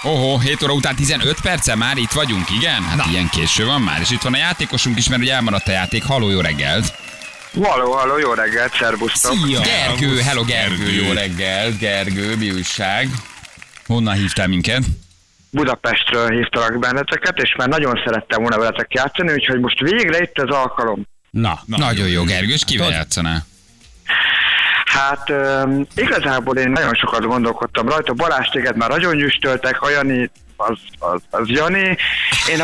Ohó, 7 óra után 15 perccel már itt vagyunk, igen? Hát ilyen késő van már, és itt van a játékosunk is, mert ugye elmaradt a játék. Halló, jó reggelt! Halló, jó reggelt, szervusztok! Szia! Gergő, hello Gergő, jó reggelt, Gergő, mi újság? Honnan hívtál minket? Budapestről hívtalak benneteket, és már nagyon szerettem volna veletek játszani, úgyhogy most végre itt az alkalom. Na nagyon jó, Gergő, és kivel játszanál? Hát igazából én nagyon sokat gondolkodtam rajta, Balázs, téged már nagyon nyüstöltek, a Jani, az Jani. Én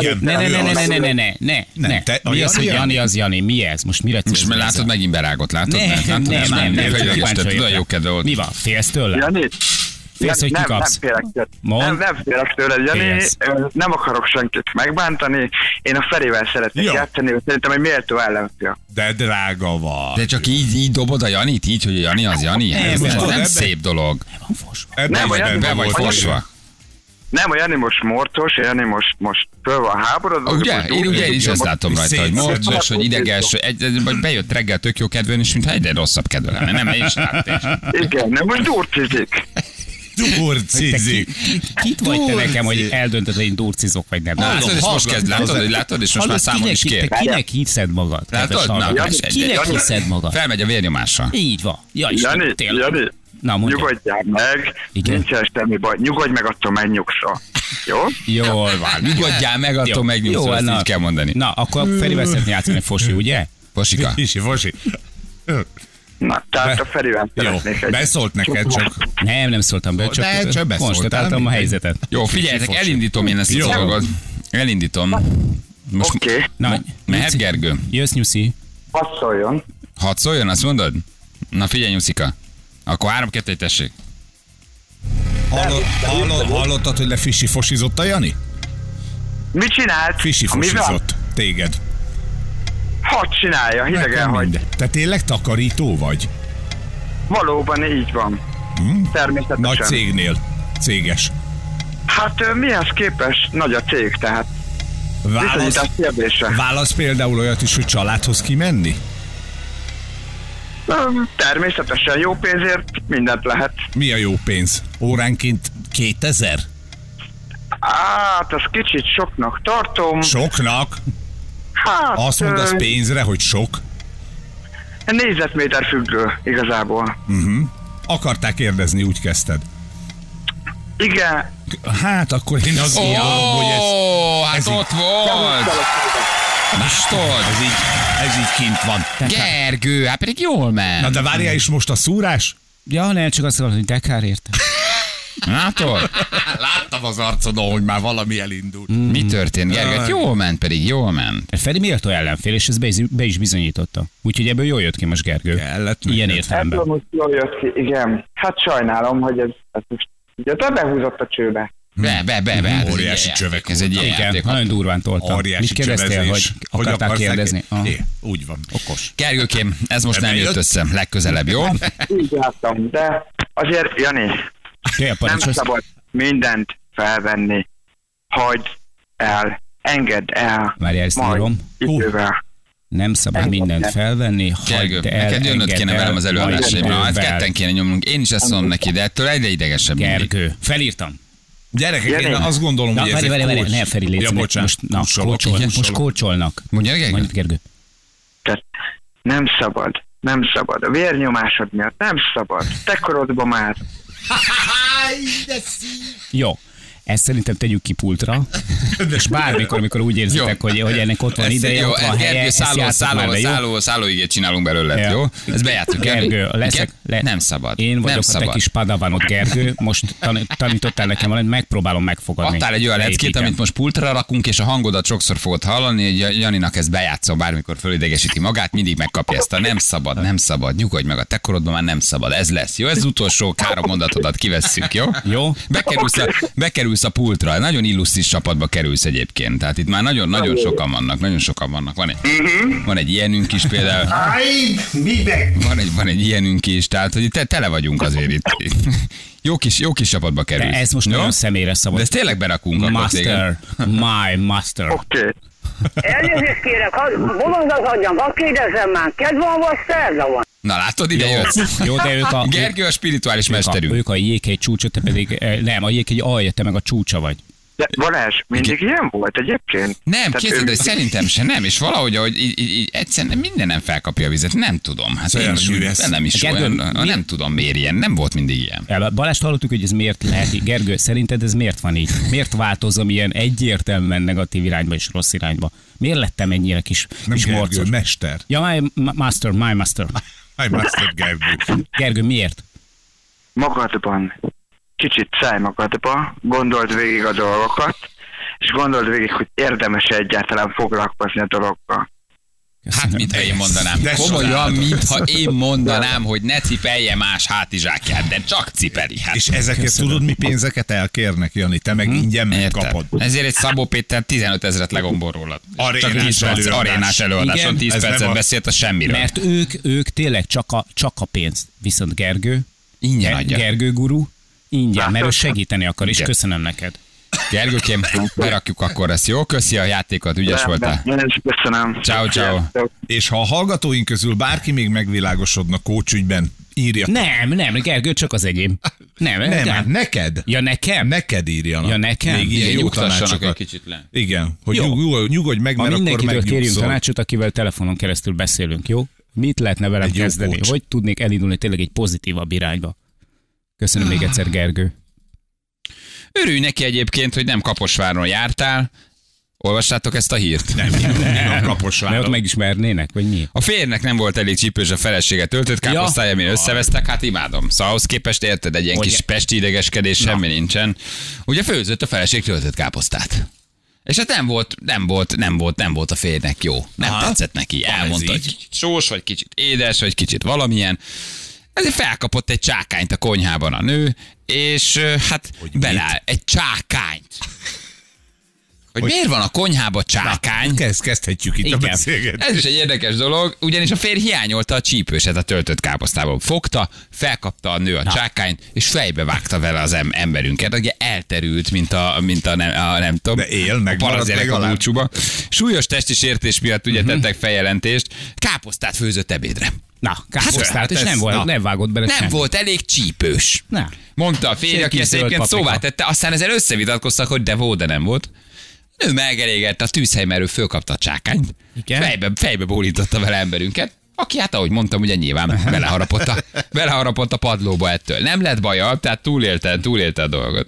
Ne. Mi az, hogy Jani az Jani? Mi ez? Most mire célzol? Most látod, megint berágott, látod? Nem. Jó kedve volt. Mi van? Félsz tőle? Jani? Félsz, hogy kikapsz? Nem félek tőle, Jani, nem akarok senkit megbántani, én a Ferivel szeretnék játszani, szerintem egy méltó ellenfél. De drága van. De csak így dobod a Janit, így, hogy a Jani az Jani? Ez nem szép dolog. Be vagy fosva. Nem, a Jani most morcos, a Jani most föl van háborodva. Ugye? Én is ezt látom rajta, hogy morcos, hogy ideges, vagy bejött reggel tök jó kedven, és mintha egyre rosszabb kedve lenne. Nem, én is látom. Igen, nem, most durcizik. Durcizik. Kit vagy te nekem, hogy eldöntöd, hogy én durcizok, vagy nem? Látod, és most kezd, látod, és most már számon is kér. Te kinek hiszed magad? Látod? Kinek hiszed magad? Felmegy a vérnyomásra. Így van. Ja, Jani, nyugodjál meg, nincsen semmi baj, nyugodj meg, attól megnyugszol. Jó? Jól van. Nyugodjál meg, attól megnyugszol, ezt így kell mondani. Na, akkor Ferivel szeretné játszani, Fosi, ugye? Fosika. Fosi. Na, tehát a Ferivel szeretnék egy... Beszólt neked csak. Nem szóltam be, csak konstatáltam a helyzetet. Jó, figyeljetek, elindítom én ezt a dolgot. Elindítom. Oké. Mehet, Gergő? Jössz, Nyuszi. Hadd szóljon. Hadd szóljon, azt mondod? Na figyelj, Nyuszika. Akkor 3-2-1, tessék. Hallottad, hogy lefisi-fosizott a Jani? Mit csinált? Fisi-fosizott téged. Hadd csinálja, hidegen hagy. Te tényleg takarító vagy? Valóban így van. Természetesen. Nagy cégnél. Céges. Hát mihez képest nagy a cég, tehát viszonyítás kérdése. Válasz például olyat is, hogy családhoz kimenni? Természetesen jó pénzért mindent lehet. Mi a jó pénz? Óránként 2000? Hát, az kicsit soknak tartom. Soknak? Hát... Azt mondasz pénzre, hogy sok? Négyzetméter függő, igazából. Akarták kérdezni, úgy kezdted. Igen. Hát, akkor én azt mondom, hogy hát ott volt! Ez így kint van. Gergő, hát pedig jól ment. Na de várjál is most a szúrás? Ja, ne, csak azt mondom, hogy Dekár érte. Látod? Láttam az arcodon, hogy már valami elindult. Mi történt, Gergő? Jól ment pedig, jól ment. Feri méltó ellenfél, és ez be is bizonyította. Úgyhogy ebből jól jött ki most, Gergő. Ilyen értelemben. Ebből most jól jött ki, igen. Hát sajnálom, hogy ez most ugye behúzott a csőbe. Be. Óriási csövek. Ez egy ilyen játék. Nagyon durván toltam. Mit kérdeztél, hogy akartál kérdezni? Úgy van. Okos. Gergőkém, ez most nem jött össze. Legközelebb, jó? Így láttam, de azért, Jani, nem szabad mindent felvenni. Hagyd el, engedd el. Várjál, ezt írom. Idővel. Nem szabad mindent felvenni, Gergő, neked jönnöd kéne velem az előadásaimra. Hát ketten kéne nyomnunk. Én is ezt mondom neki, de ettől egyre idegesebb. Gergő, felírtam. Gyerekek, én azt gondolom, hogy ez egy kócs. Ne, Feri, légy most kócsolnak. Mondja, Gergő. Tehát nem szabad. A vérnyomásod miatt nem szabad. Te korodban már. Jó. Ezt szerintem tegyük ki pultra, és bármikor, amikor úgy érzitek, hogy ennek ott van ideje, ott van helye, szállóigét csinálunk belőle, jó? Ezt bejátszunk. Gergő, nem szabad. Én vagyok a te kis padavanod, Gergő, most tanítottál nekem valamit, megpróbálom megfogadni. Adtál egy olyan leckét, amit most pultra rakunk, és a hangodat sokszor fogod hallani, hogy Janinak ezt bejátszom, bármikor fölidegesíti magát, mindig megkapja ezt a nem szabad, nyugodj meg, a te korodban már nem szabad, ez lesz, jó? Ez az utolsó 3 mondatodat kivesszük, jó? Jó. Bekerülsz a pultra, nagyon illusztris csapatba kerülsz egyébként, tehát itt már nagyon sokan vannak, van egy ilyenünk is például. Van egy ilyenünk is, tehát hogy tele vagyunk azért itt. Jó kis csapatba kerülsz. De ez most nagyon személyre szabad. De ezt tényleg berakunk. My master. Oké. Elnézést kérek, bolond az agyam, azt kérdezem már, kedv van vagy szerda van? Na látod, ide jössz. Jó, de ők a... Gergő a spirituális mesterünk. Ők a jéghegy csúcsot, te pedig nem, a jéghegy alja, te meg a csúcsa vagy. De Balázs, mindig ilyen volt egyébként? Nem, Tehát képzeld, hogy szerintem se nem, és valahogy, ahogy így egyszerűen minden nem felkapja a vizet, nem tudom. Hát én is nem is Gergő, olyan, nem tudom miért ilyen, nem volt mindig ilyen. Balást hallottuk, hogy ez miért lehet. Gergő, szerinted ez miért van így? Miért változom ilyen egyértelműen negatív irányba és rossz irányba? Miért lettem ennyire kis Gergő, morcos? mester. Ja, my master. My master Gergő. Gergő, miért? Magadban, kicsit szállj magadba, gondold végig a dolgokat, és gondold végig, hogy érdemes egyáltalán foglalkozni a dologgal. Hát, mintha én mondanám. De Komolyan, mintha én mondanám, hogy ne cipelje más hátizsákját, de csak cipeli. Hát. És ezeket tudod, mi pénzeket elkérnek, Jani? Te meg ingyen megkapod. Ezért egy Szabó Péter 15 000-et legombol rólad. Csak 10 perc előadás. arénás előadáson, Igen. 10 Ez percet nem a- beszélt a semmiről. Mert ők tényleg csak a pénzt. Viszont Gergő, Ingyen adja. Gergő guru, ingyen, mert ő segíteni akar, és Igen. köszönöm neked. Gergőkém, berakjuk akkor ezt, jó? Köszi a játékot, ügyes voltál. Én is köszönöm. Ciao, ciao. És ha a hallgatóink közül bárki még megvilágosodna kócsügyben, írja. Nem, Gergő, csak az enyém. Nem, Nem, hát neked. Ja, nekem? Neked írjanak. Ja, nekem? Még ilyen jó Nyugtassanak egy tanácsokat. kicsit le. Igen, hogy Jó. nyugodj meg, Ma mert akkor mindenkitől kérjünk megnyugszol. tanácsot, akivel telefonon keresztül beszélünk, jó? Mit lehetne velem Egy jó kezdeni? coach. Hogy tudnék elindulni tényleg egy pozitívabb irányba? Köszönöm még egyszer, Gergő. Örülj neki egyébként, hogy nem Kaposváron jártál. Olvastátok ezt a hírt? Nem, mi a Mert ott Kaposváron. megismernének, vagy mi? A férjnek nem volt elég csípős a felesége töltött káposztája, amin összevesztek, hát imádom. Szóval ahhoz képest érted, egy ilyen Hogy- kis pesti idegeskedés, semmi nincsen. Ugye főzött a feleség töltött káposztát. És hát nem volt a férjnek jó. Nem Aha. tetszett neki. Elmondta, így. hogy kicsit sós, vagy kicsit édes, vagy kicsit valamilyen. Ezért felkapott egy csákányt a konyhában a nő, és hát beleáll egy csákányt. Hogy miért van a konyhában csákány? Kezdhetjük itt a Igen. beszélgetést. Ez is egy érdekes dolog, ugyanis a férj hiányolta a csípőset a töltött káposztából. Fogta, felkapta a nő a csákányt, és fejbe vágta vele az emberünket, aki elterült, mint a nem tudom, De él, a megmaradt parazérek a legalább. búcsúba. Súlyos testi sértés miatt ugye tettek feljelentést, káposztát főzött ebédre. Na, káposztát, hát és ez- nem volt, na. nem vágott bele Nem semmi. volt elég csípős. Na. Mondta a férj, aki Kis ezt zöld egyébként paprika. szóvá tette, aztán ezzel összevitatkoztak, hogy de volt, de nem volt. Ő megelégette a tűzhelymerő, fölkapta a csákányt, Igen. fejbe bólította vele emberünket, aki hát, ahogy mondtam, ugye nyilván beleharapott a padlóba ettől. Nem lett baja, tehát túlélte a dolgot.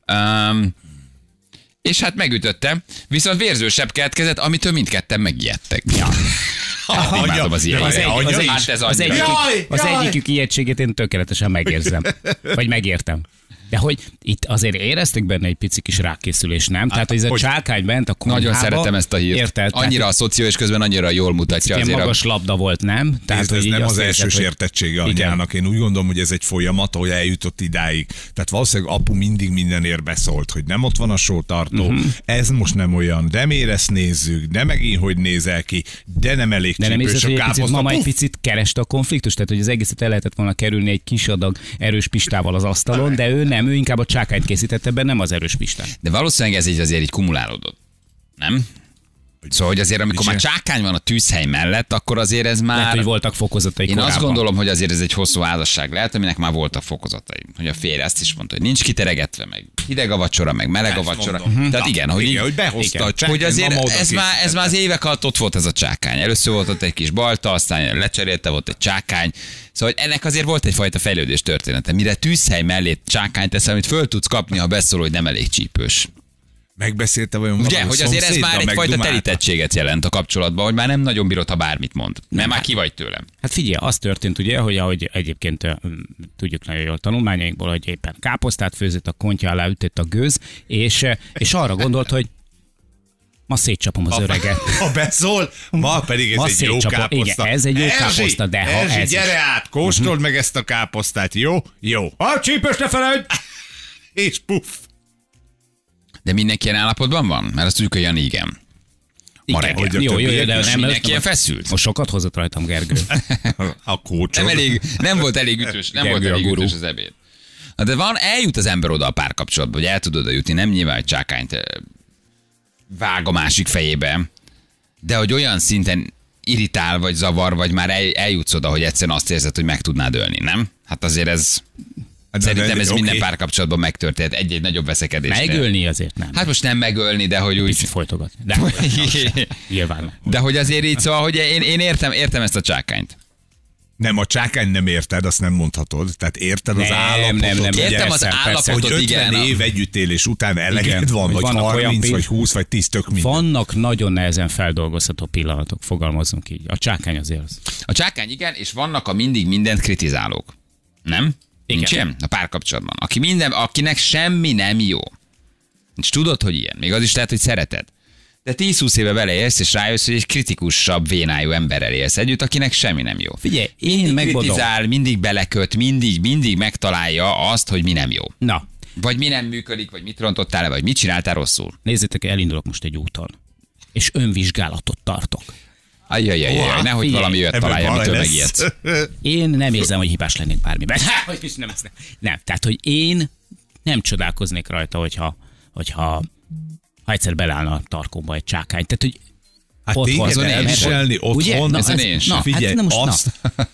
És hát megütötte, viszont vérzősebb keletkezett, amitől mindketten megijedtek. Ja. Hát, imádom az ilyen. Az Hát ez egyikük ijegységét én tökéletesen megérzem. Vagy megértem. De hogy itt azért éreztek benne egy pici kis rákészülés, nem? Tehát, hogy ez a hogy- csákány bent a konyhába. Nagyon szeretem ezt a hírt. Érted? Annyira a szoció, és közben annyira jól mutatja Ilyen azért. magas labda volt, nem? Tehát ez így nem azt az érzed, első hogy- sértettsége Igen. anyának. Én úgy gondolom, hogy ez egy folyamat, ahogy eljutott idáig. Tehát valószínűleg apu mindig mindenért beszólt, hogy nem ott van a sótartó, ez most nem olyan, de miért ezt nézzük, de megint hogy nézel ki, de nem elég De nem csípős érzed, a hogy egy picit, káposzta. mama egy Puff! picit kereste a konfliktus? Tehát, hogy az egészet el lehetett volna kerülni egy kis adag erős pistával az asztalon, de ő nem, ő inkább a csákányt készítette be, nem az erős pistán. De valószínűleg ez így azért így kumulálódott. Nem? Szóval, hogy azért amikor már csákány van a tűzhely mellett, akkor azért ez már... Lehet, hogy voltak fokozatai Én korábban. azt gondolom, hogy azért ez egy hosszú házasság lehet, aminek már voltak fokozatai. Hogy a férj azt is mondta, hogy nincs kiteregetve, meg hideg a vacsora, meg meleg a vacsora. Tehát igen, hogy, Igen, hogy behozta a csákány, hogy azért mama oda ez már az évek alatt ott volt ez a csákány. Először volt ott egy kis balta, aztán lecserélte, volt egy csákány. Szóval hogy ennek azért volt egyfajta fejlődés története. Mire tűzhely mellé csákányt teszel, amit föl tudsz kapni, ha beszól, hogy nem elég csípős. Megbeszélte vajon Ugye, valami hogy azért ez szomszéddal, már egyfajta megdumálta? terítettséget jelent a kapcsolatban, hogy már nem nagyon bírod, ha bármit mond. Mert már ki vagy tőlem. Hát figyelj, az történt ugye, hogy ahogy egyébként tudjuk nagyon jól tanulmányainkból, hogy éppen káposztát főzött, a kontya alá ütött a gőz, és arra gondolt, hogy ma szétcsapom az öreget. Ha beszól, ma pedig ez Ma egy jó szétcsapom. káposzta. Igen, ez egy jó Erzsi, káposzta, de ha Erzsi, ez gyere is. át, kóstold meg ezt a káposztát, jó? Jó. A csípős ne felejtsd! És puff. De mindenki ilyen állapotban van? Mert azt tudjuk, hogy Jani igen. Ma reggel. hogy a Jó, többiek de is nem mindenki ilyen feszült? Most sokat hozott rajtam Gergő. A kócsod. Nem volt elég ütős, nem volt Gergő a elég guru. ütős az ebéd. Na, de eljut az ember oda a párkapcsolatba, hogy el tud oda jutni, nem nyilván, hogy csákányt vág a másik fejébe, de hogy olyan szinten irritál, vagy zavar, vagy már eljutsz oda, hogy egyszerűen azt érzed, hogy meg tudnád ölni, nem? Hát azért ez... Szerintem ez minden párkapcsolatban megtörtént egy-egy nagyobb veszekedésnél. Megölni azért nem. Hát most nem megölni, de hogy úgy... Picit folytogatni. De nyilván. De hogy azért így, szóval, hogy én értem ezt a csákányt. Nem, a csákány nem érted, azt nem mondhatod. Tehát érted az állapotot. Nem. Értem az állapotot, hogy 50 igen. év együttélés után eleged van, vagy Vannak 30, vagy 20, vagy 10, tök minden. Vannak nagyon nehezen feldolgozható pillanatok, fogalmazunk így. A csákány azért az. A csákány igen, és vannak a mindig mindent kritizálók. Nem? Igen. Nincs ilyen? A párkapcsolatban. Akinek semmi nem jó. És tudod, hogy ilyen. Még az is lehet, hogy szereted. De 10-20 éve vele élsz, és rájössz, hogy egy kritikusabb, vénájú emberrel élsz együtt, akinek semmi nem jó. Figyelj, én mindig megmondom. kritizál, mindig beleköt, mindig megtalálja azt, hogy mi nem jó. Na, Vagy mi nem működik, vagy mit rontottál le, vagy mit csináltál rosszul. nézzétek, elindulok most egy úton. És önvizsgálatot tartok. Ajjajajajaj, nehogy figyelj, valami olyat Ebből találja, baj amitől lesz. megijedsz. Én nem érzem, hogy hibás lennék bármiben. Nem, tehát, hogy én nem csodálkoznék rajta, hogyha egyszer beleállna a tarkomba egy csákány. Tehát, hogy Hát otthon, téged elviselni ugye? otthon, Na, ezen ez- én sem. na, Figyelj, hát, na most, azt-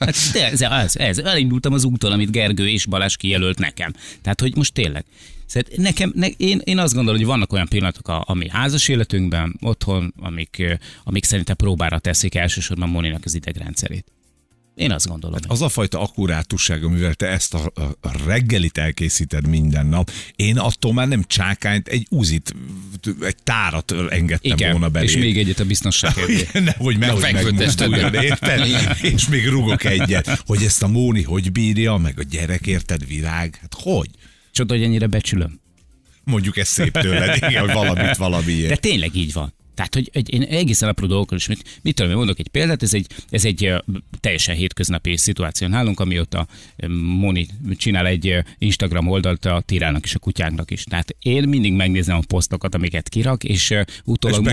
Hát ez. Elindultam az úton, amit Gergő és Balázs kijelölt nekem. Tehát, hogy most tényleg. Szóval én azt gondolom, hogy vannak olyan pillanatok a mi házas életünkben, otthon, amik szerintem próbára teszik elsősorban Moninak az idegrendszerét. Én azt gondolom. az a fajta akkurátusság, amivel te ezt a reggelit elkészíted minden nap, én attól már nem csákányt, egy uzit, egy tárat engedtem volna belé. és még egyet a biztonságért. Nehogy megmozduljon, fekvőtestedben. érted? És még rugok egyet, hogy ezt a Móni hogy bírja, meg a gyerek, érted, virág, hát hogy? Csoda, hogy ennyire becsülöm. Mondjuk ez szép tőled, igen, hogy valamiért. De tényleg így van. Tehát, hogy én egészen apró dolgokkal is, mit tudom, én mondok egy példát, ez egy teljesen hétköznapi szituáció nálunk, amióta Moni csinál egy Instagram oldalt a Tirának és a kutyánknak is. Tehát én mindig megnézem a posztokat, amiket kirak, és utólag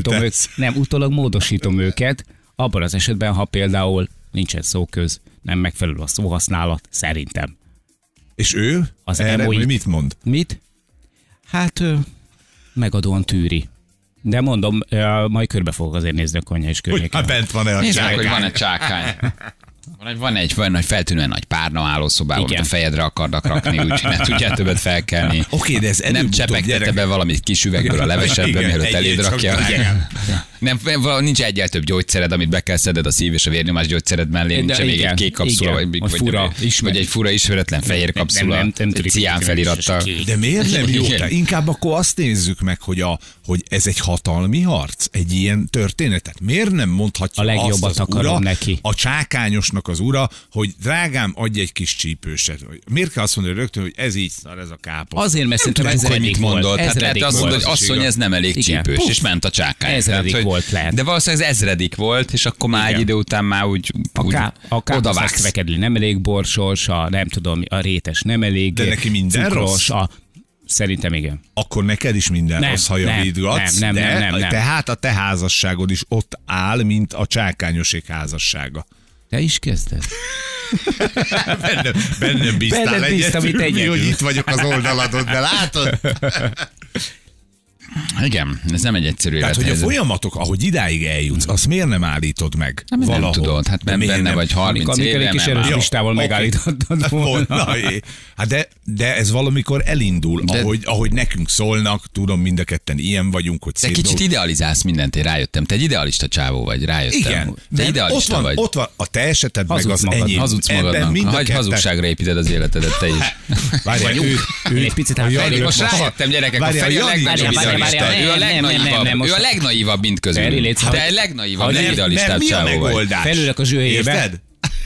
módosítom őket, abban az esetben, ha például nincsen szóköz, nem megfelelő a szóhasználat, szerintem. És ő? Az Erre emoji- mit mond? Mit? Hát megadóan tűri. De mondom, majd körbe fogok azért nézni a konyha és Hogy környéken. már bent van-e a Nézd meg, hogy csákány? van egy csákány. Van egy feltűnően nagy párna hálószobában, amit a fejedre akarnak rakni, úgyhogy ne tudjál többet felkelni. Oké, de ez Nem előbb-utóbb, csepegtette gyerek. be valamit kis üvegből a levesebbe, Igen, mielőtt egyet eléd csak rakja. drágám. Nincs egyel több gyógyszered, amit be kell szeded a szív és a vérnyomás gyógyszered mellé, nincs még igen, egy kék kapszula, igen. vagy egy fura ismeretlen fehér kapszula, nem egy tűnik, cián hogy felirattal. De miért nem jó? Igen. Tehát inkább akkor azt nézzük meg, hogy ez egy hatalmi harc, egy ilyen történet. Tehát miért nem mondhatja A legjobbat azt az akarom ura, neki. a csákányosnak az ura, hogy drágám, adj egy kis csípőset. Miért kell azt mondani rögtön, hogy ez így szar, ez a káposzta? Azért, mert szerintem Tudjuk, hogy ezredik mit mondod. volt. Hát lehet Ezredik azt mondod, volt. hogy asszony, ez nem elég Igen. csípős, Puff. és ment a csákány. Ezredik Tehát, hogy- volt lehet. De valószínűleg ez ezredik volt, és akkor már egy Igen. idő után már úgy A odavágsz. káposztasztvekedli nem elég borsos, nem tudom, a rétes nem elég De neki minden cukros, rossz? Szerintem igen. Akkor neked is minden Nem, rossz, ha javítgatsz, nem, de nem. tehát a te házasságod is ott áll, mint a csákányosék házassága. Te is kezdted? Bennem bíztál Bennem bíztam itt egyedül, egyedül. hogy itt vagyok az oldaladon, de látod? Igen, ez nem egy egyszerű Tehát, hogy a élethelyzet. folyamatok, ahogy idáig eljutsz, azt miért nem állítod meg? Nem valahol? tudod, hát De miért benne nem? vagy 30 Amikor éve, egy kis nem erős áll. listával oké. megállíthattad volna. Na, hát de ez valamikor elindul, ahogy nekünk szólnak, tudom, mind a ketten ilyen vagyunk, hogy Te szép kicsit dolgok. idealizálsz mindent, én rájöttem. Te egy idealista csávó vagy, rájöttem. Igen, Te de idealista vagy. ott van a te eseted, meg Hazudsz az magad, enyém. Hazudsz Ebben magadnak. mind a Hagy ketten- hazugságra építed az életedet, te is. Várjál, Én egy picit Feri, most rájöttem, gyerekek, a Várjál, Feri a Jani, legnagyobb várjál, idealista. várjál, Ő a nem, legnaivabb. most- Ő a legnaivabb mind Feri, közül. légy Te szíves. a legnaivabb, Mert legidalistább mi a csávó vagy. megoldás? Felülök a zsőjébe. Érted?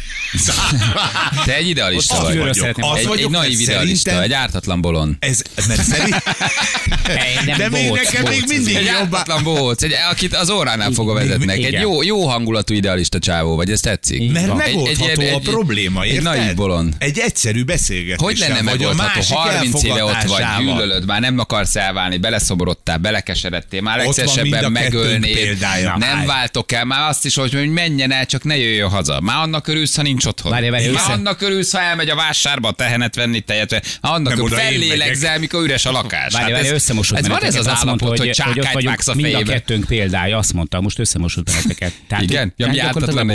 Te egy idealista Az vagy. Fülről vagyok. szeretném. Az Egy vagyok, naív mert idealista, szerintem egy ártatlan bolond. Ez, mert szerint... Nem, De még bohóc, neked még bohóc. mindig Egy jobbá... ártatlan bohóc, akit az óránál fogva vezetnek. Egy Igen. jó hangulatú idealista csávó vagy, ez tetszik? Mert Van. megoldható a probléma, Egy érted? naív bolond. Egy egyszerű beszélgetés. Hogy lenne megoldható? 30 éve ott vagy, gyűlölöd, már nem akarsz elválni, beleszomorodtál, belekeseredtél, már Ott van mind legszívesebben a kettőnk megölnéd. példája. Nem váltok el, már azt is, hogy menjen el, csak ne jöjjön haza. Már annak örülsz, ha nincs nincs otthon. Várj, Annak örülsz, ha elmegy a vásárba tehenet venni, tejet venni. Annak fellélegzel, mikor üres a lakás. Várj, összemosod van ez az állapot, hogy csákányt vágsz a fejébe. Mind a kettőnk példája, azt mondta, most összemosod benneteket. Igen? Ja, mi ártatlan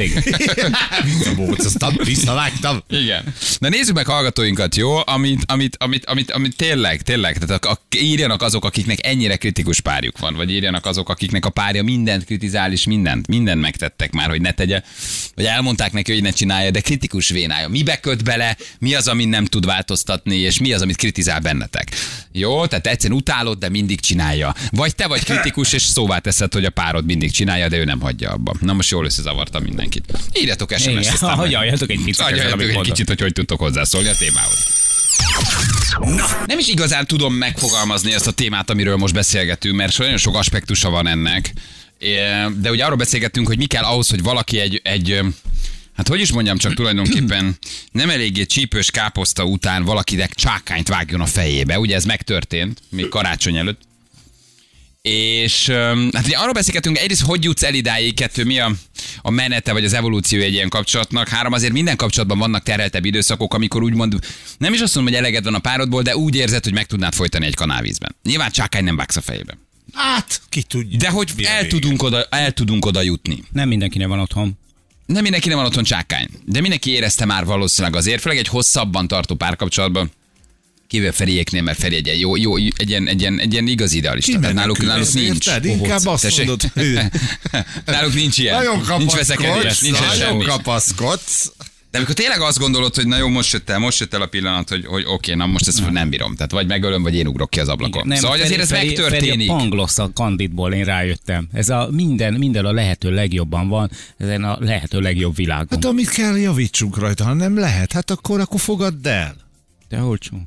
Visszavágtam. Igen. Na nézzük meg hallgatóinkat, jó? Amit tényleg, tehát írjanak azok, akiknek ennyire kritikus párjuk van, vagy írjanak azok, akiknek a párja mindent kritizál, és mindent megtettek már, hogy ne tegye, vagy elmondták neki, hogy ne csinálja, de kritikus vénája. Mibe köt bele, mi az, amit nem tud változtatni, és mi az, amit kritizál bennetek. Jó, tehát egyszerűen utálod, de mindig csinálja. Vagy te vagy kritikus, és szóvá teszed, hogy a párod mindig csinálja, de ő nem hagyja abba. Na most jól összezavartam mindenkit. Írjatok SMS-t. Hagyjatok egy kicsit, hogy tudtok hozzászólni a témához. Nem is igazán tudom megfogalmazni ezt a témát, amiről most beszélgetünk, mert nagyon sok aspektusa van ennek. De ugye arról beszélgettünk, hogy mi kell ahhoz, hogy valaki hát hogy is mondjam, csak tulajdonképpen nem eléggé csípős káposzta után valakinek csákányt vágjon a fejébe. Ugye ez megtörtént, még karácsony előtt. És hát ugye arról beszélgetünk, egyrészt hogy jutsz el idáig, kettő, mi a menete vagy az evolúció egy ilyen kapcsolatnak, három, azért minden kapcsolatban vannak terheltebb időszakok, amikor úgymond nem is azt mondom, hogy eleged van a párodból, de úgy érzed, hogy meg tudnád folytani egy kanálvízben. Nyilván csákány nem vágsz a fejébe. Hát, ki tudja. De hogy el tudunk oda jutni. Nem mindenkinek van otthon. Nem mindenkinek van otthon csákány, de mindenki érezte már valószínűleg azért, főleg egy hosszabban tartó párkapcsolatban, kivéve Feriéknél, mert Feri egy egy ilyen igazi idealista. Náluk nincs. Inkább azt mondod, náluk nincs ilyen. Nincs veszekedés, nincs semmi. Kapaszkodsz. De amikor tényleg azt gondolod, hogy na jó, most jött el a pillanat, hogy oké, na most ezt nem bírom. Tehát vagy megölöm, vagy én ugrok ki az ablakon. Nem, szóval azért ez megtörténik. Feri a Pangloss a Kandidból én rájöttem. Ez a minden a lehető legjobban van, ezen a lehető legjobb világon. Hát amit kell, javítsunk rajta, ha nem lehet, hát akkor fogadd el. De olcsó.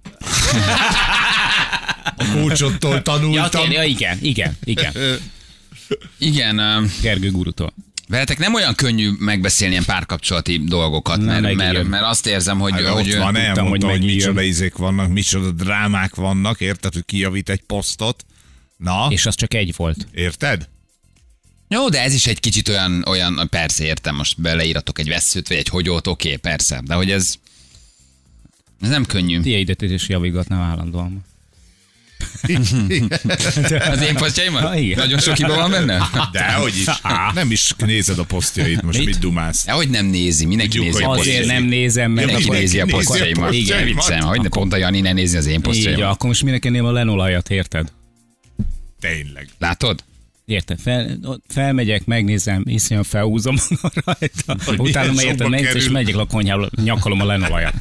A kócsottól tanultam. Ja, igen. Igen. Gergő gurutól. Veletek nem olyan könnyű megbeszélni ilyen párkapcsolati dolgokat, mert azt érzem, hogy... Hát, hogy ott van, elmondta, hogy micsoda izék vannak, micsoda drámák vannak, érted, hogy kijavít egy posztot. Na? És az csak egy volt. Érted? Jó, de ez is egy kicsit olyan persze értem, most beleíratok egy vesszőt, vagy egy hogyót, oké, persze, de hogy ez nem könnyű. Ti egyet is javítgatnám állandóan. Az én posztjaimat? Nagyon sok hiba van benne? Dehogy is. Nem is nézed a posztjait, most mit dumálsz? Dehogy nem nézi, mindenki nézi a posztjait. Azért nem nézem, mert mindenki nézi a posztjaimat. Igen, viccem, hogy pont a Jani ne nézni az én posztjaimat. Igen, akkor most mindenkinél a lenolajat, érted? Tényleg. Látod? Érted, felmegyek, megnézem, iszonyat felhúzom rajta. Utána érted, megnézem, és megyek a konyhába, nyakalom a lenolajat.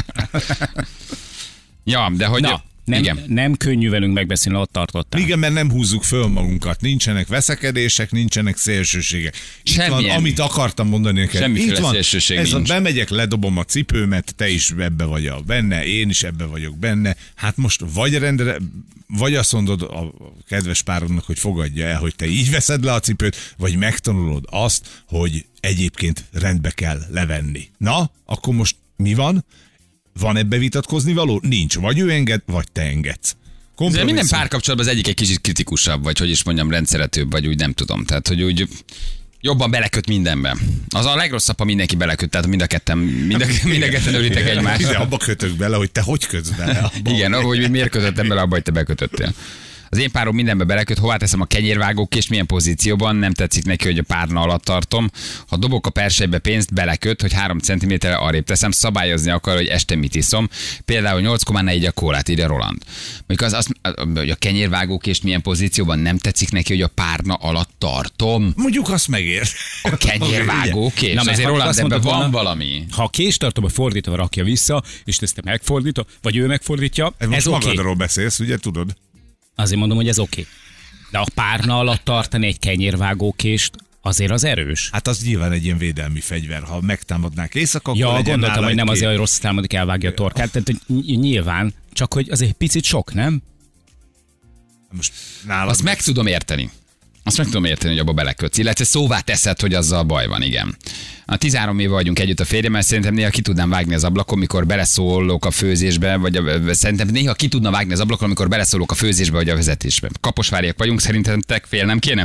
Ja, de hogy... Nem könnyű velünk megbeszélni, ott tartottál. Igen, mert nem húzzuk föl magunkat. Nincsenek veszekedések, nincsenek szélsőségek. Itt van, amit akartam mondani neked. Semmiféle szélsőség nincs. Bemegyek, ledobom a cipőmet, te is ebbe vagy benne, én is ebbe vagyok benne. Hát most vagy rendre, vagy azt mondod a kedves párodnak, hogy fogadja el, hogy te így veszed le a cipőt, vagy megtanulod azt, hogy egyébként rendbe kell levenni. Na, akkor most mi van? Van ebbe vitatkozni való? Nincs. Vagy ő enged, vagy te engedsz. De minden párkapcsolatban az egyik egy kicsit kritikusabb, vagy hogy is mondjam, rendszeretőbb, vagy úgy nem tudom. Tehát, hogy úgy jobban beleköt mindenbe. Az a legrosszabb, ha mindenki beleköt, tehát mind a ketten ölitek egymást. De abba kötök bele, hogy te hogy kötsz bele. Igen, hogy miért kötöttem bele abba, hogy te bekötöttél. Az én párom mindenbe beleköt, hová teszem a kenyérvágókést, milyen pozícióban, nem tetszik neki, hogy a párna alatt tartom. Ha dobok a persejbe pénzt, beleköt, hogy 3 cm-re arrébb teszem, szabályozni akar, hogy este mit iszom. Például 8,4 a kólát, írja Roland. Mondjuk hogy a kenyérvágókést milyen pozícióban, nem tetszik neki, hogy a párna alatt tartom. Mondjuk azt megér. A kenyérvágókést? Na, azért Roland, ebben van valami. Ha a kést tartom, fordítva rakja vissza, és ezt te megfordítod, vagy ő megfordítja, ez oké. Magadról beszélsz, ugye tudod? Azért mondom, hogy ez oké. De a párna alatt tartani egy kenyérvágókést, azért az erős. Hát az nyilván egy ilyen védelmi fegyver. Ha megtámadnák éjszaka, akkor legyen gondoltam, hogy nem azért, hogy rossz támadik, elvágja a torkát. Tehát nyilván, csak hogy azért picit sok, nem? Most azt meg tudom érteni. Hogy abba belekötsz. Illetve szóvá teszed, hogy azzal baj van, igen. A 13 éve vagyunk együtt a férjemmel, szerintem néha ki tudnám vágni az ablakon, mikor beleszólok a főzésbe, szerintem néha ki tudna vágni az ablakon, amikor beleszólok a főzésbe, vagy a vezetésbe. Kaposváriak vagyunk, szerintetek félnem kéne?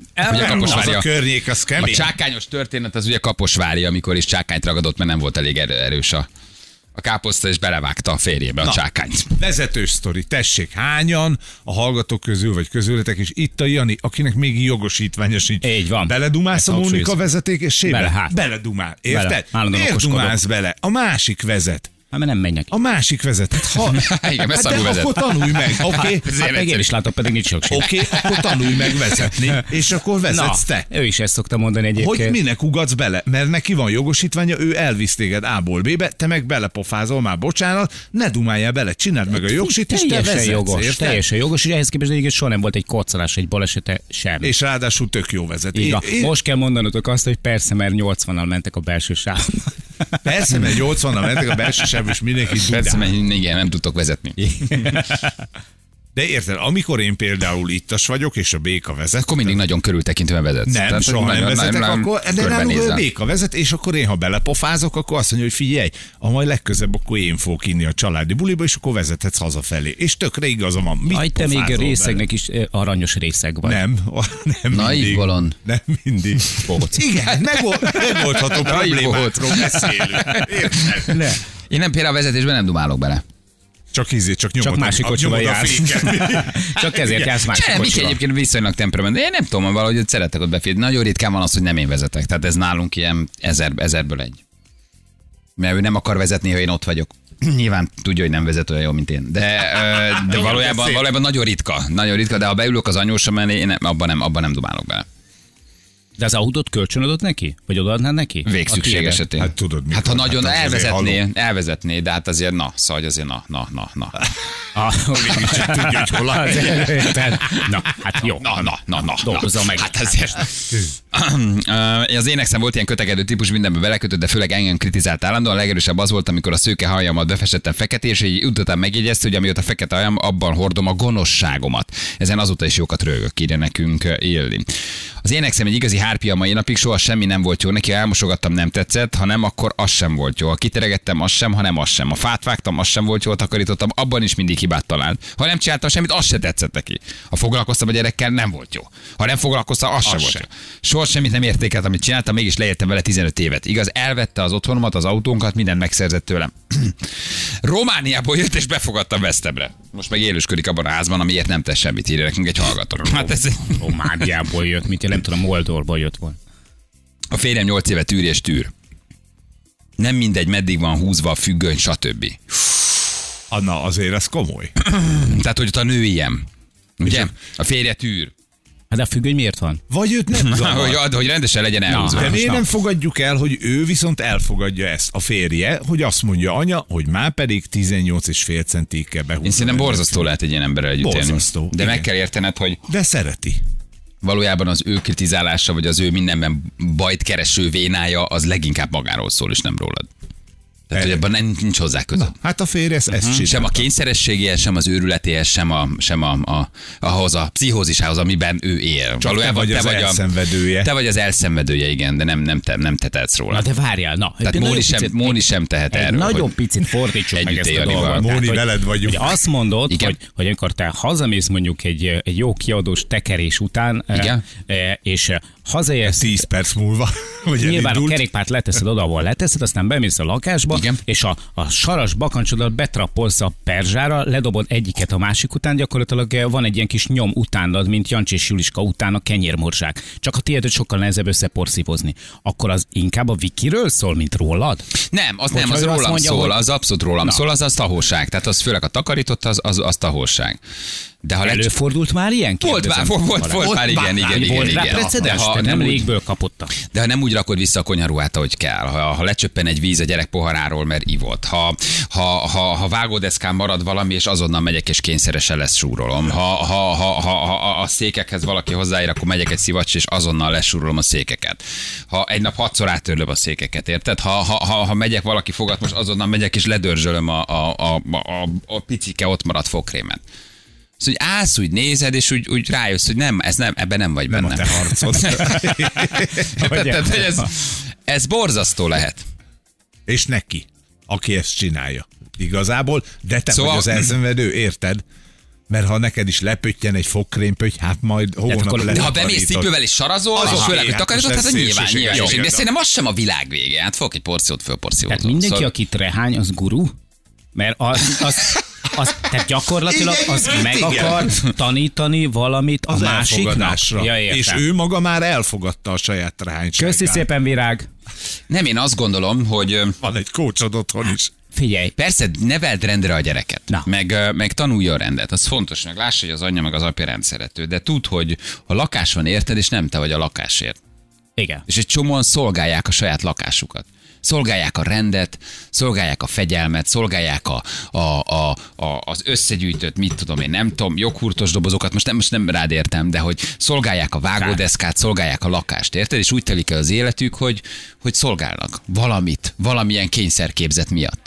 Hogy a Az Kaposvári a környék, az a kemény. csákányos történet az ugye Kaposvári, amikor is csákányt ragadott, mert nem volt elég erős a káposzta, és belevágta a férjébe a csákányt. Vezetős sztori, tessék, hányan a hallgatók közül, vagy közületek is itt a Jani, akinek még jogosítványa sincs. Így van. Beledumálsz a Ezt Mónika hangsúlyozom. vezetékésébe? Bele, hát. Beledumál, Bele. érted? Állandóan Miért okoskodok. dumálsz bele? A másik vezet. Hát mert nem megy neki. A másik vezet. Igen, mert de szarul vezet. akkor tanulj meg, oké? Hát meg én is látok, pedig nincs sok sem. Oké, akkor tanulj meg vezetni, és akkor vezetsz te. ő is ezt szokta mondani egyébként. Hogy minek ugatsz bele? Mert neki van jogosítványa, ő elvisz téged A-ból B-be, te meg belepofázol, már bocsánat, ne dumáljál bele, csináld meg a jogsit, és te Teljesen vezetsz, jogos, érted? teljesen jogos, és ehhez képest egyébként soha nem volt egy koccanás, egy balesete sem. És ráadásul tök jó vezet. Így van. Most kell mondanotok azt, hogy persze, mert 80-nal mentek a belső sávon. Persze, mert 80-nal mentek a belső sávba, és mindenki Persze, dudál. mert igen, nem tudtok vezetni. De érted, amikor én például ittas vagyok, és a béka vezet, Akkor mindig nagyon körültekintően vezetsz. nem, Tehát, soha hogy nem vezetek, akkor, de nálunk a körbenézel. béka vezet, és akkor én, ha belepofázok, akkor azt mondja, hogy figyelj, a majd legközebb akkor én fogok inni a családi buliba, és akkor vezethetsz hazafelé. És tökre igaza van. Mit Aj, te még pofázol részegnek is aranyos részeg vagy. bele? Nem Naív mindig. bolond. Nem mindig. Igen, megoldható problémákról beszélünk. Érted? Ne. Én nem például a vezetésben nem dumálok bele. Csak nyomod, másik kocsival nyomod a jársz. féket. Csak ezért jársz másik Nem, is kocsival. egyébként viszonylag temperament, de én nem tudom, valahogy ott szeretek ott beférni. Nagyon ritkán van az, hogy nem én vezetek. Tehát ez nálunk ilyen ezerből egy. Mert ő nem akar vezetni, ha én ott vagyok. Nyilván tudja, hogy nem vezet olyan jó, mint én. De valójában nagyon ritka, de ha beülök az anyósom mellé, én abban nem dumálok bele. De az autót kölcsönadott neki? Vagy odaadnád neki? Végszükség A tiédet? esetén. Hát tudod, mikor? Hát ha nagyon Hát az azért elvezetné, de hát azért szóval azért na. Mégis csak tudja, hogy hol a... Na, hát jó. Na. Dolgozzon meg. Hát ezért. Az énekszem volt ilyen kötegedő típus, mindenbe belekötött, de főleg engem kritizált állandóan. A legerősebb az volt, amikor a szőke hajjamat befestettem feketé, és így utána megjegyezte, hogy amióta fekete hajam, abban hordom a gonoszságomat. Ezen azóta is jókat rögök, írja nekünk Illi. Az énekszem egy igazi hárpia mai napig, soha semmi nem volt jó neki, ha elmosogattam, nem tetszett, ha nem, akkor az sem volt jó. Ha kiteregettem, az sem, ha nem, az sem. Ha fát vágtam, az sem volt jó, ha takarítottam, abban is mindig hibát talált. Ha nem csináltam semmit, az se tetszett neki. Ha foglalkoztam a gyerekkel, nem volt jó. Ha nem foglalkoztam, az sem volt jó. Soha semmit nem értékelt, amit csináltam, mégis leértem vele 15 évet. Igaz, elvette az otthonomat, az autónkat, mindent megszerzett tőlem. Romániából jött és befogadta Vesztemre. Most meg élősködik abban a házban, amiért nem tesz semmit, írja nekünk egy hallgató. Hát ez... Romániából jött, mint én nem tudom, Moldorból jött volna. A férjem 8 éve tűr és tűr. Nem mindegy, meddig van húzva a függöny, stb. Anna, azért ez komoly. Tehát, hogy ott a nő ilyen. Ugye? A férje tűr. Hát de a függöny miért van? Vagy őt nem zavar. hogy rendesen legyen elhúzva. De most miért na. nem fogadjuk el, hogy ő viszont elfogadja ezt a férje, hogy azt mondja anya, hogy már pedig 18,5 centig kell behúzni. Én szerintem borzasztó lehet egy ilyen emberrel együtt élni. Borzasztó, De igen. meg kell értened, hogy De szereti. valójában az ő kritizálása, vagy az ő mindenben bajt kereső vénája, az leginkább magáról szól, és nem rólad. Tehát, hogy ebben nincs hozzá között. Hát a férje ezt csinálta. Sem a kényszerességéhez, sem az őrületéhez, sem ahhoz a pszichózisához, amiben ő él. Csak te vagy az elszenvedője. Te vagy az elszenvedője, igen, de nem te tehetsz róla. Na de várjál, na. Tehát Móni sem tehet erről. Nagyon hogy picit fordítsuk meg együtt ezt a élni dolgot. van. Móni, Tehát, veled vagyunk. Hogy azt mondod, Igen. hogy amikor te hazamész mondjuk egy jó kiadós tekerés után, Igen. És hazaérsz, 10 perc múlva, hogy nyilván a elindult. kerékpárt leteszed oda, ahol leteszed, aztán bemész a lakásba, Igen. és a saras bakancsodat betrappolsz a perzsára, ledobod egyiket a másik után, gyakorlatilag van egy ilyen kis nyom utánad, mint Jancsi és Juliska után a kenyérmorzsák. Csak a tiédet sokkal nehezebb összeporszívozni. Akkor az inkább a Vikiről szól, mint rólad? Nem, az Hogyha nem, az ő azt rólam mondja, szól, hogy- az abszolút rólam szól, az tahóság. Tehát az főleg a takarított, az tahóság. De ha Előfordult már ilyen? Volt Kérdezem. volt már, igen. Volt rá precedens, te nem légből kapotta. De ha nem úgy rakod vissza a konyharuhát, ahogy kell, ha lecsöppen egy víz a gyerek poharáról, mert ivott, ha vágódeszkán marad valami, és azonnal megyek és kényszeresen lesúrolom, ha a székekhez valaki hozzáér, akkor megyek egy szivacs, és azonnal lesúrolom a székeket. Ha egy nap 6-szor áttörlöm a székeket, érted? Ha megyek, valaki fogat, most azonnal megyek, és ledörzsölöm a picike ott maradt fogkrémet. Szóval hogy állsz, úgy nézed, és úgy rájössz, hogy nem, ebben nem vagy benne. Nem a te harcod. Tehát, hogy ez borzasztó lehet. És neki, aki ezt csinálja. Igazából, de te Szóval- vagy az elszenvedő, érted? Mert ha neked is lepöttyen egy fogkrémpöty, hát majd hónap lesz. De ha bemész cipővel és sarazol, és főleg, hogy takarítod, hát nyilván. De szerintem az sem a világ vége. Hát fogok egy porciót fölporciózol. Tehát mindenki, aki rehány, az guru? Mert tehát gyakorlatilag az meg akar tanítani valamit a másiknak. És ő maga már elfogadta a saját rehányságát. Köszi szépen, Virág! Nem, én azt gondolom, hogy... Van egy kócsod otthon is. Figyelj. Persze, neveld rendre a gyereket, meg tanulja a rendet, az fontos, meg lássa, hogy az anyja meg az apja rendszerető, de tudd, hogy a lakás van érted, és nem te vagy a lakásért. Igen. És egy csomóan szolgálják a saját lakásukat. Szolgálják a rendet, szolgálják a fegyelmet, szolgálják az összegyűjtött, mit tudom én, nem tudom, joghurtos dobozokat, most nem rád értem, de hogy szolgálják a vágódeszkát, szolgálják a lakást, érted? És úgy telik el az életük, hogy szolgálnak valamilyen kényszerképzet miatt.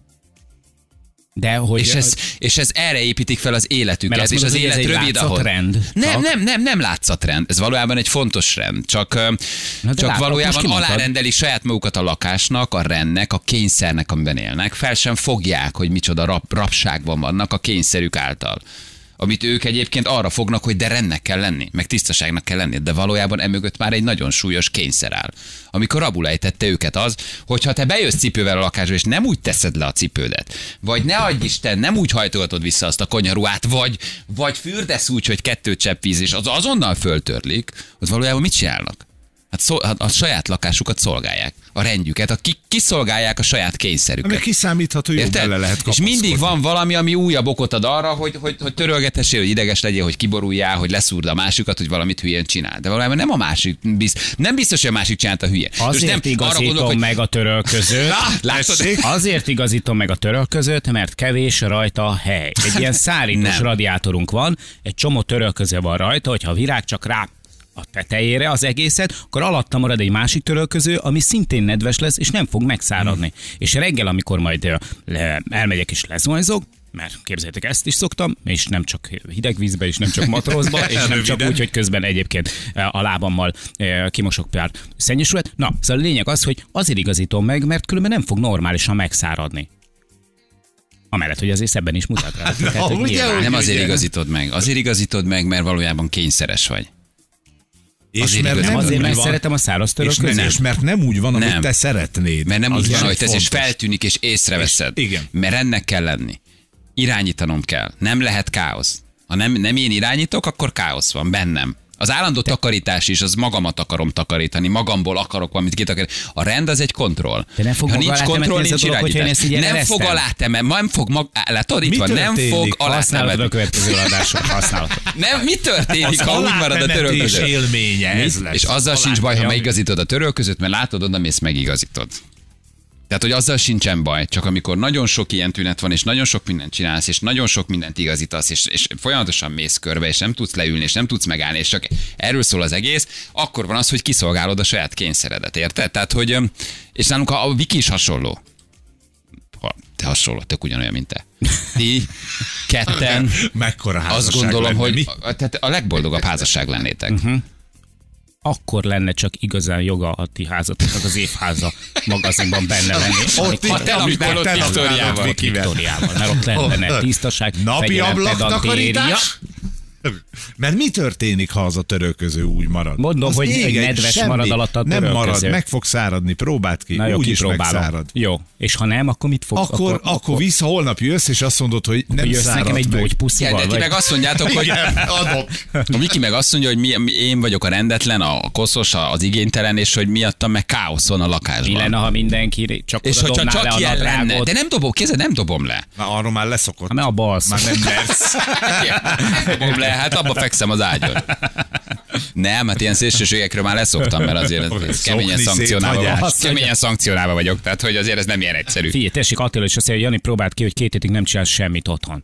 De hogy és ez erre építik fel az életüket, és az élet rövid ahol. Nem látszatrend. Ez valójában egy fontos rend. Csak valójában alárendelik saját magukat a lakásnak, a rendnek, a kényszernek, amiben élnek. Fel sem fogják, hogy micsoda rabságban vannak a kényszerük által. Amit ők egyébként arra fognak, hogy de rendnek kell lenni, meg tisztaságnak kell lenni, de valójában emögött már egy nagyon súlyos kényszer áll. Amikor rabul ejtette őket az, hogyha te bejössz cipővel a lakásba, és nem úgy teszed le a cipődet, vagy ne adj Isten, nem úgy hajtogatod vissza azt a konyharuhát, vagy fürdesz úgy, hogy 2 csepp víz, és az azonnal föltörlik, ott valójában mit csinálnak? Hát a saját lakásukat szolgálják, a rendjüket, kiszolgálják a saját kényszerüket. Ami kiszámítható, hogy bele lehet kapaszkodni. És mindig van valami, ami újabb okot ad arra, hogy törölgetessél, hogy ideges legyél, hogy kiboruljál, hogy leszúrd a másikat, hogy valamit hülyén csinál. De valójában nem a másik, nem biztos, hogy a másik csinálta hülye. Azért igazítom meg a törölközőt. Azért igazítom meg a törölközőt, mert kevés rajta a hely. Egy ilyen szárítós radiátorunk van, egy csomó törölköző van rajta, hogyha a Virág csak rá a tetejére az egészet, akkor alatta marad egy másik törölköző, ami szintén nedves lesz, és nem fog megszáradni. És reggel, amikor majd elmegyek és lezuhanyzok, mert képzeljétek, ezt is szoktam, és nem csak hideg vízbe, és nem csak matrózba, és nem csak úgy, hogy közben egyébként a lábammal kimosok pár szennyesület. Na, szóval a lényeg az, hogy azért igazítom meg, mert különben nem fog normálisan megszáradni. Amellett, hogy azért ebben is mutat rá. Nem azért igazítod meg, mert valójában kényszeres vagy. Azért szeretem a száraz törölközőt. És mert nem úgy van, amit te szeretnéd. Mert nem úgy van, hogy tesz, és feltűnik, és észreveszed. Igen. Mert ennek kell lenni. Irányítanom kell. Nem lehet káosz. Ha nem én irányítok, akkor káosz van bennem. Az állandó takarítás is, az magamat akarom takarítani, magamból akarok valamit kitakarítani. A rend az egy kontroll. Ha nincs kontroll, nincs irányítás. Nem fog alátemetni, nem fog látod, itt van, nem fog alátemetni. Használod a következő adásra, használod. Nem, mi történik, ha úgy marad a törölköző? Élménye, ez lesz. És azzal sincs baj, ha megigazítod a törölközőt, mert látod, oda mész, megigazítod. Tehát, hogy azzal sincsen baj, csak amikor nagyon sok ilyen tünet van, és nagyon sok mindent csinálsz, és nagyon sok mindent igazítasz, és folyamatosan mész körbe, és nem tudsz leülni, és nem tudsz megállni, és csak erről szól az egész, akkor van az, hogy kiszolgálod a saját kényszeredet, érted? Tehát, hogy, és nálunk a Viki is hasonló. Te hasonló, tök ugyanolyan, mint te. Ti ketten, mekkora házasság azt gondolom, lenne, hogy tehát a legboldogabb házasság lennétek. Akkor lenne csak igazán joga a ti házatoknak az évháza magazinban benne lenni. Amikor ott Viktoriával, mert ott lenne tisztaság, napi ablaktakarítás. Mert mi történik, ha az a törölköző úgy marad? Mondom, hogy egy nedves marad alatt a törölköző. Nem marad, meg fog száradni, próbáld ki. Na jó, úgy is megszárad. Jó, és ha nem, akkor mit fog? Akkor vissza, holnap jössz, és azt mondod, hogy nem jössz szárad nekem egy gyógypuszival. De ti meg azt mondjátok, hogy adok. A Viki meg azt mondja, hogy én vagyok a rendetlen, a koszos, az igénytelen, és hogy miattam meg káosz van a lakásban. Mi lenne, ha mindenki csak és oda dobná le a nadrágot? De nem dobom, kézzel nem dobom le. Már arról már leszokott. Már a balsz. Már nem lesz. Nem dobom le, hát abba fekszem az ágyon. Nem, hát ilyen szélsőségekről már leszoktam, mert azért keményen szankcionálva vagyok, tehát hogy azért ez nem ilyen egyszerű. Figyelj, tessék, Attila is azt mondja, hogy Jani próbált ki, hogy 2 hétig nem csinálsz semmit otthon.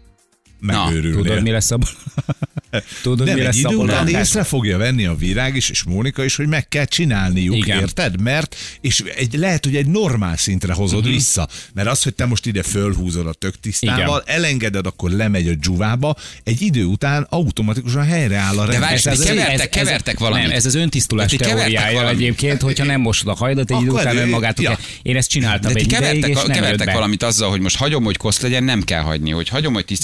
Tudod, mi lesz abban? Tudod, mi lesz abban? Nem, észre fogja venni a Virág is, és Mónika is, hogy meg kell csinálniuk, igen. Érted? Mert, és lehet, hogy egy normál szintre hozod vissza. Mert az, hogy te most ide fölhúzod a tök tisztával, elengeded, akkor lemegy a dzsuvába, egy idő után automatikusan helyreáll a rendszer. De várj, kevertek valamit. Nem, ez az öntisztulás teóriája egyébként, hogyha nem mosod a hajdat, egy idő után önmagától. Én ezt csináltam egy ideig, és nem kevertek valamit azzal, hogy most hagyom, hogy kosz legyen, nem kell hagyni, hogy hagyom, hogy tisztaság legyen, nem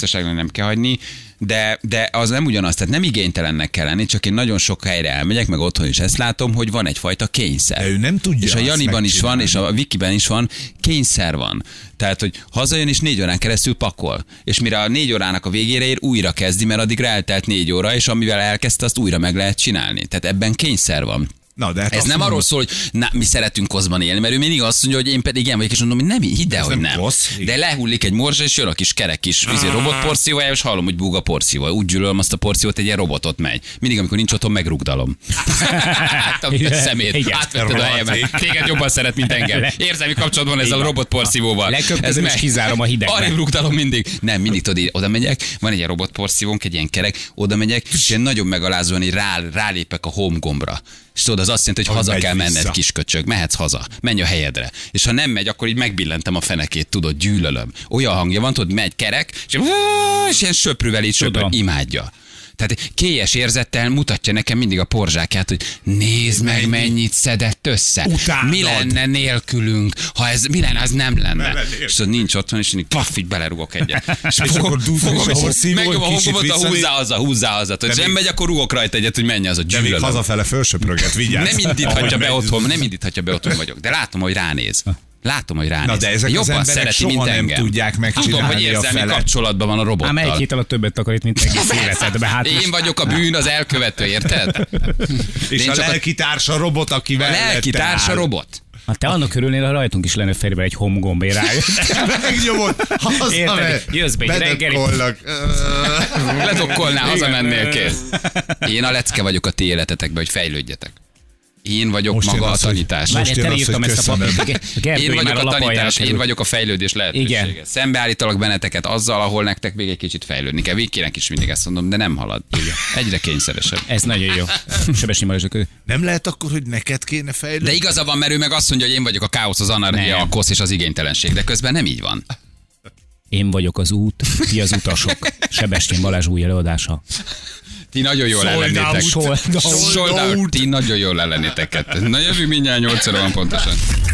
kell hagyni, de az nem ugyanaz, tehát nem igénytelennek kell lenni, csak én nagyon sok helyre elmegyek, meg otthon is ezt látom, hogy van egyfajta kényszer. De ő nem tudja. És a Janiban is van, és a Vikiben is van, kényszer van. Tehát, hogy hazajön és 4 órán keresztül pakol. És mire a 4 órának a végére ér, újra kezdi, mert addigra eltelt 4 óra, és amivel elkezdte, azt újra meg lehet csinálni. Tehát ebben kényszer van. Na, de hát ez nem arról szól, hogy mi szeretünk koszban élni, mert ő mindig azt mondja, hogy én pedig ilyen vagyok, és mondom, hogy nem, hidd el, hogy nem. Rossz, de lehullik egy morzsa, és jön a kis kerek kis robot porciója, és hallom, hogy búg a porcióval. Úgy gyűlölöm azt a porciót, egy ilyen robotot megy. Mindig, amikor nincs otthon, megrugdalom. A szemét, átvetted a helyemet. Téged jobban szeret, mint engem. Érzelmi kapcsolatban ezzel a robot porszívóval. Leköpködöm és kizárom a hidegbe. Arrébb rugdalom mindig. Nem, mindig tudod, oda megyek, van egy ilyen robot porszívónk, egy ilyen kerek, oda megyek, és én nagyon megalázóan így rálépek a home gombra. És tudod, az azt jelenti, hogy haza kell menned, kisköcsög, mehetsz haza, menj a helyedre. És ha nem megy, akkor így megbillentem a fenekét, tudod, gyűlölöm. Olyan hangja van, tudod, megy kerek, és ilyen söprűvel így imádja. Tehát kélyes érzettel mutatja nekem mindig a porzsákját, hogy nézd meg, mennyit szedett össze. Utánod. Mi lenne nélkülünk, ha ez, mi lenne, az nem lenne. És tudod, nincs otthon, és így paff, így belerúgok egyet. És fogom, megnyom a hongomot, húzzá haza. És nem megy, akkor rúgok rajta egyet, hogy menj az a gyűlölöm. De még hazafele fölsöpröget, vigyázz. Nem indíthatja be otthon vagyok, de látom, hogy ránéz. Na de ezek jobban az emberek soha nem tudják megcsinálni. Tudom, hogy érzelmi kapcsolatban van a robottal. Ám egy hét alatt többet takarít, mint egész életedbe. Hát én vagyok a bűn, az elkövető, érted? És a lelkitársa robot, akivel a lelkitársa robot. Ha te annak örülnél, ha rajtunk is lenne férjben egy home gomb, én rájött. Megnyomod, hazamegy. Jössz be egy reggeli. Ledokkolnál, hazamennél, kész. Én a lecke vagyok a ti életetekben, hogy fejlődjetek. Én vagyok most maga a tanítás. Én vagyok a tanítás, én vagyok a fejlődés lehetősége. Szembeállítalak benneteket azzal, ahol nektek még egy kicsit fejlődni kell. Vikinek is mindig ezt mondom, de nem halad. Egyre kényszeresebb. Ez nagyon jó. Sebesnyi Balázs. Nem lehet akkor, hogy neked kéne fejlődni? De igaza van, mert ő meg azt mondja, hogy én vagyok a káosz, az anarchia, a kosz és az igénytelenség, de közben nem így van. Én vagyok az út, ti az utasok. Sebestyén Balázs új előadása. Ti nagyon jól ellennétek. Sold out. Ti nagyon jól ellennétek kettőt. Na jövő mindjárt 8 óra van pontosan.